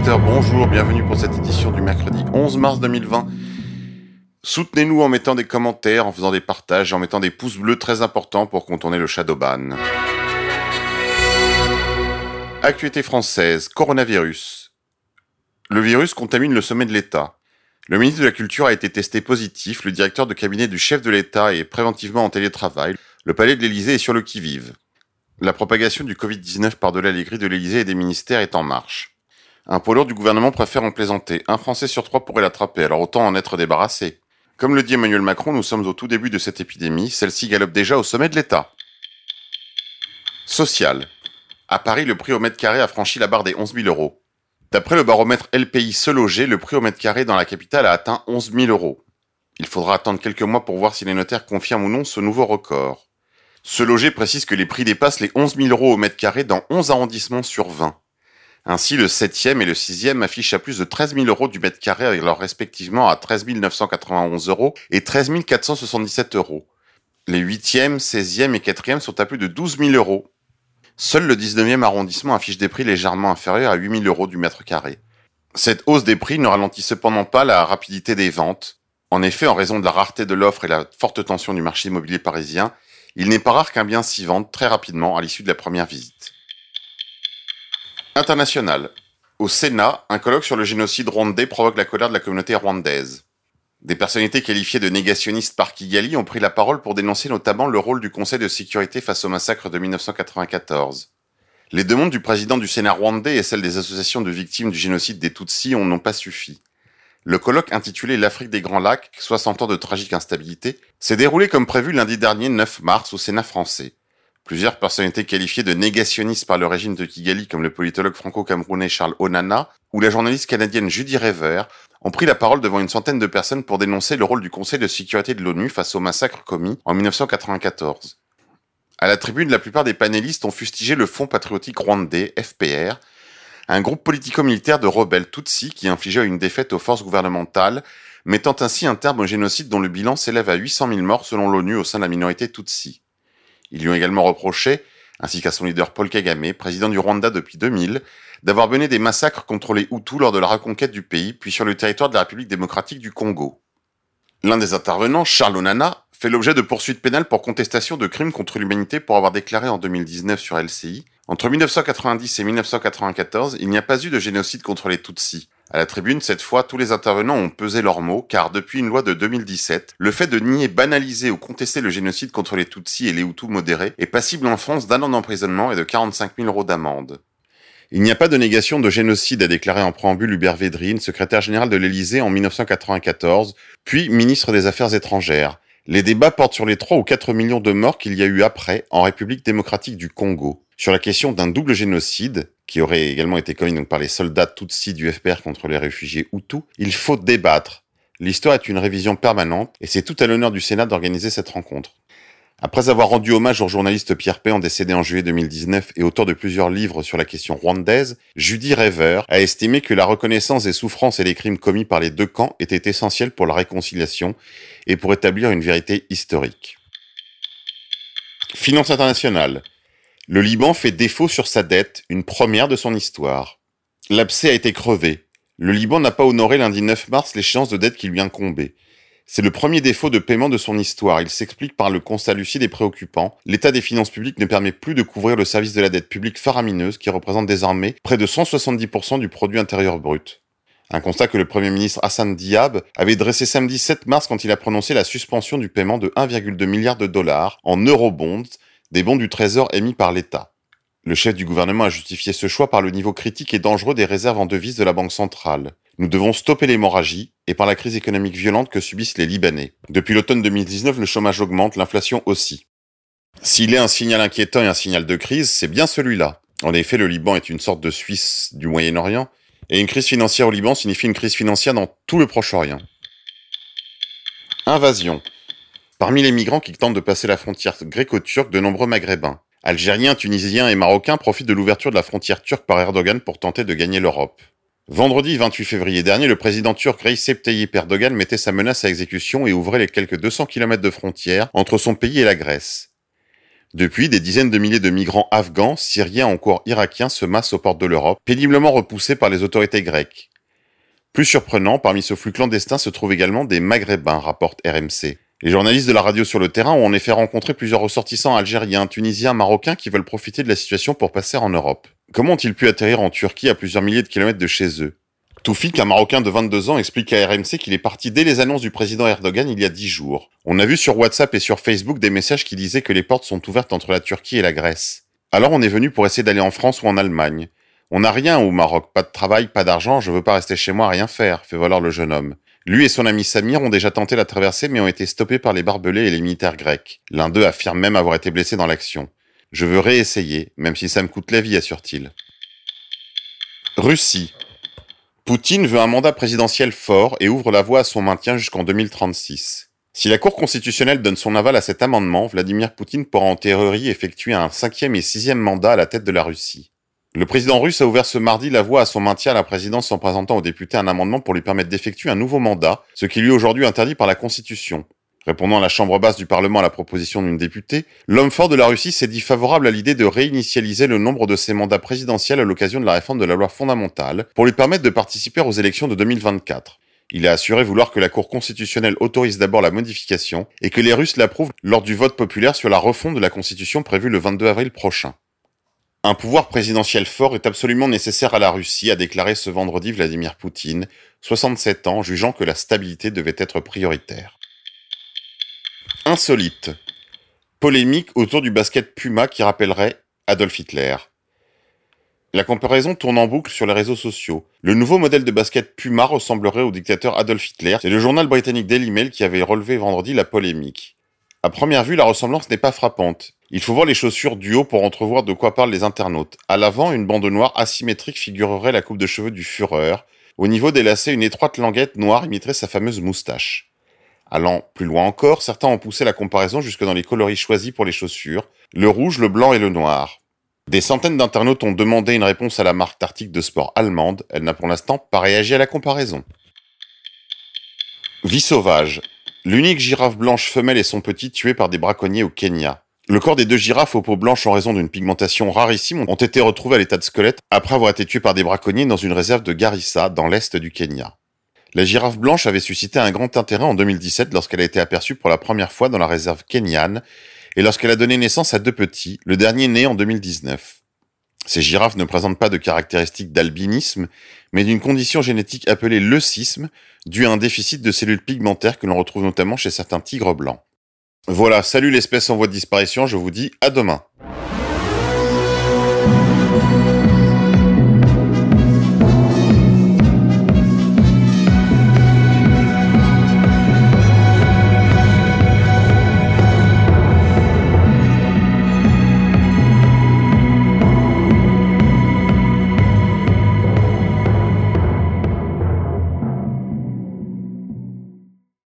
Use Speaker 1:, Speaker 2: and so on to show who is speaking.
Speaker 1: auditeurs, bonjour, bienvenue pour cette édition du mercredi 11 mars 2020. Soutenez-nous en mettant des commentaires, en faisant des partages et en mettant des pouces bleus très importants pour contourner le shadowban. Actualité française, coronavirus. Le virus contamine le sommet de l'État. Le ministre de la Culture a été testé positif, le directeur de cabinet du chef de l'État est préventivement en télétravail, le palais de l'Élysée est sur le qui-vive. La propagation du Covid-19 par-delà les grilles de l'Élysée et des ministères est en marche. Un poids lourd du gouvernement préfère en plaisanter. Un Français sur 3 pourrait l'attraper, alors autant en être débarrassé. Comme le dit Emmanuel Macron, nous sommes au tout début de cette épidémie. Celle-ci galope déjà au sommet de l'État. Social. À Paris, le prix au mètre carré a franchi la barre des 11 000 euros. D'après le baromètre LPI Se Loger, le prix au mètre carré dans la capitale a atteint 11 000 euros. Il faudra attendre quelques mois pour voir si les notaires confirment ou non ce nouveau record. Se Loger précise que les prix dépassent les 11 000 euros au mètre carré dans 11 arrondissements sur 20. Ainsi, le 7e et le 6e affichent à plus de 13 000 euros du mètre carré avec leur respectivement à 13 991 euros et 13 477 euros. Les 8e, 16e et 4e sont à plus de 12 000 euros. Seul le 19e arrondissement affiche des prix légèrement inférieurs à 8 000 euros du mètre carré. Cette hausse des prix ne ralentit cependant pas la rapidité des ventes. En effet, en raison de la rareté de l'offre et la forte tension du marché immobilier parisien, il n'est pas rare qu'un bien s'y vende très rapidement à l'issue de la première visite. International. Au Sénat, un colloque sur le génocide rwandais provoque la colère de la communauté rwandaise. Des personnalités qualifiées de négationnistes par Kigali ont pris la parole pour dénoncer notamment le rôle du Conseil de sécurité face au massacre de 1994. Les demandes du président du Sénat rwandais et celles des associations de victimes du génocide des Tutsis n'ont pas suffi. Le colloque intitulé L'Afrique des Grands Lacs, 60 ans de tragique instabilité, s'est déroulé comme prévu lundi dernier 9 mars au Sénat français. Plusieurs personnalités qualifiées de négationnistes par le régime de Kigali, comme le politologue franco-camerounais Charles Onana ou la journaliste canadienne Judy Rever, ont pris la parole devant une centaine de personnes pour dénoncer le rôle du Conseil de sécurité de l'ONU face au massacre commis en 1994. À la tribune, la plupart des panélistes ont fustigé le Front patriotique rwandais, FPR, un groupe politico-militaire de rebelles Tutsis qui infligeait une défaite aux forces gouvernementales, mettant ainsi un terme au génocide dont le bilan s'élève à 800 000 morts selon l'ONU au sein de la minorité Tutsi. Ils lui ont également reproché, ainsi qu'à son leader Paul Kagame, président du Rwanda depuis 2000, d'avoir mené des massacres contre les Hutus lors de la reconquête du pays, puis sur le territoire de la République démocratique du Congo. L'un des intervenants, Charles Onana, fait l'objet de poursuites pénales pour contestation de crimes contre l'humanité pour avoir déclaré en 2019 sur LCI « Entre 1990 et 1994, il n'y a pas eu de génocide contre les Tutsis ». À la tribune, cette fois, tous les intervenants ont pesé leurs mots, car depuis une loi de 2017, le fait de nier, banaliser ou contester le génocide contre les Tutsis et les Hutus modérés est passible en France d'1 an d'emprisonnement et de 45 000 euros d'amende. Il n'y a pas de négation de génocide, a déclaré en préambule Hubert Védrine, secrétaire général de l'Élysée en 1994, puis ministre des Affaires étrangères. Les débats portent sur les 3 ou 4 millions de morts qu'il y a eu après en République démocratique du Congo. Sur la question d'un double génocide, qui aurait également été commis par les soldats Tutsis du FPR contre les réfugiés Hutus, il faut débattre. L'histoire est une révision permanente et c'est tout à l'honneur du Sénat d'organiser cette rencontre. Après avoir rendu hommage au journaliste Pierre Péan décédé en juillet 2019 et auteur de plusieurs livres sur la question rwandaise, Judy Rever a estimé que la reconnaissance des souffrances et des crimes commis par les deux camps était essentielle pour la réconciliation et pour établir une vérité historique. Finance internationale. Le Liban fait défaut sur sa dette, une première de son histoire. L'abcès a été crevé. Le Liban n'a pas honoré lundi 9 mars l'échéance de dette qui lui incombait. C'est le premier défaut de paiement de son histoire. Il s'explique par le constat lucide et préoccupant. L'état des finances publiques ne permet plus de couvrir le service de la dette publique faramineuse qui représente désormais près de 170% du produit intérieur brut. Un constat que le Premier ministre Hassan Diab avait dressé samedi 7 mars quand il a prononcé la suspension du paiement de 1,2 milliard de dollars en eurobonds, des bons du Trésor émis par l'État. Le chef du gouvernement a justifié ce choix par le niveau critique et dangereux des réserves en devises de la Banque centrale. Nous devons stopper l'hémorragie et par la crise économique violente que subissent les Libanais. Depuis l'automne 2019, le chômage augmente, l'inflation aussi. S'il est un signal inquiétant et un signal de crise, c'est bien celui-là. En effet, le Liban est une sorte de Suisse du Moyen-Orient, et une crise financière au Liban signifie une crise financière dans tout le Proche-Orient. Invasion. Parmi les migrants qui tentent de passer la frontière gréco-turque, de nombreux Maghrébins. Algériens, Tunisiens et Marocains profitent de l'ouverture de la frontière turque par Erdogan pour tenter de gagner l'Europe. Vendredi 28 février dernier, le président turc Recep Tayyip Erdogan mettait sa menace à exécution et ouvrait les quelques 200 km de frontière entre son pays et la Grèce. Depuis, des dizaines de milliers de migrants afghans, syriens ou encore irakiens se massent aux portes de l'Europe, péniblement repoussés par les autorités grecques. Plus surprenant, parmi ce flux clandestin se trouvent également des Maghrébins, rapporte RMC. Les journalistes de la radio sur le terrain ont en effet rencontré plusieurs ressortissants algériens, tunisiens, marocains qui veulent profiter de la situation pour passer en Europe. Comment ont-ils pu atterrir en Turquie à plusieurs milliers de kilomètres de chez eux? Toufik, un Marocain de 22 ans, explique à RMC qu'il est parti dès les annonces du président Erdogan il y a 10 jours. On a vu sur WhatsApp et sur Facebook des messages qui disaient que les portes sont ouvertes entre la Turquie et la Grèce. Alors on est venu pour essayer d'aller en France ou en Allemagne. On n'a rien au Maroc, pas de travail, pas d'argent, je veux pas rester chez moi à rien faire, fait valoir le jeune homme. Lui et son ami Samir ont déjà tenté la traversée mais ont été stoppés par les barbelés et les militaires grecs. L'un d'eux affirme même avoir été blessé dans l'action. Je veux réessayer, même si ça me coûte la vie, assure-t-il. Russie. Poutine veut un mandat présidentiel fort et ouvre la voie à son maintien jusqu'en 2036. Si la Cour constitutionnelle donne son aval à cet amendement, Vladimir Poutine pourra en théorie effectuer un 5e et 6e mandat à la tête de la Russie. Le président russe a ouvert ce mardi la voie à son maintien à la présidence en présentant aux députés un amendement pour lui permettre d'effectuer un nouveau mandat, ce qui lui est aujourd'hui interdit par la Constitution. Répondant à la chambre basse du Parlement à la proposition d'une députée, l'homme fort de la Russie s'est dit favorable à l'idée de réinitialiser le nombre de ses mandats présidentiels à l'occasion de la réforme de la loi fondamentale pour lui permettre de participer aux élections de 2024. Il a assuré vouloir que la Cour constitutionnelle autorise d'abord la modification et que les Russes l'approuvent lors du vote populaire sur la refonte de la Constitution prévue le 22 avril prochain. Un pouvoir présidentiel fort est absolument nécessaire à la Russie, a déclaré ce vendredi Vladimir Poutine, 67 ans, jugeant que la stabilité devait être prioritaire. Insolite. Polémique autour du basket Puma qui rappellerait Adolf Hitler. La comparaison tourne en boucle sur les réseaux sociaux. Le nouveau modèle de basket Puma ressemblerait au dictateur Adolf Hitler. C'est le journal britannique Daily Mail qui avait relevé vendredi la polémique. À première vue, la ressemblance n'est pas frappante. Il faut voir les chaussures du haut pour entrevoir de quoi parlent les internautes. À l'avant, une bande noire asymétrique figurerait la coupe de cheveux du Führer. Au niveau des lacets, une étroite languette noire imiterait sa fameuse moustache. Allant plus loin encore, certains ont poussé la comparaison jusque dans les coloris choisis pour les chaussures, le rouge, le blanc et le noir. Des centaines d'internautes ont demandé une réponse à la marque d'articles de sport allemande, elle n'a pour l'instant pas réagi à la comparaison. Vie sauvage. L'unique girafe blanche femelle et son petit tués par des braconniers au Kenya. Le corps des deux girafes aux peaux blanches en raison d'une pigmentation rarissime ont été retrouvés à l'état de squelette après avoir été tués par des braconniers dans une réserve de Garissa, dans l'est du Kenya. La girafe blanche avait suscité un grand intérêt en 2017 lorsqu'elle a été aperçue pour la première fois dans la réserve kenyane et lorsqu'elle a donné naissance à deux petits, le dernier né en 2019. Ces girafes ne présentent pas de caractéristiques d'albinisme, mais d'une condition génétique appelée leucisme, due à un déficit de cellules pigmentaires que l'on retrouve notamment chez certains tigres blancs. Voilà, salut l'espèce en voie de disparition, je vous dis à demain.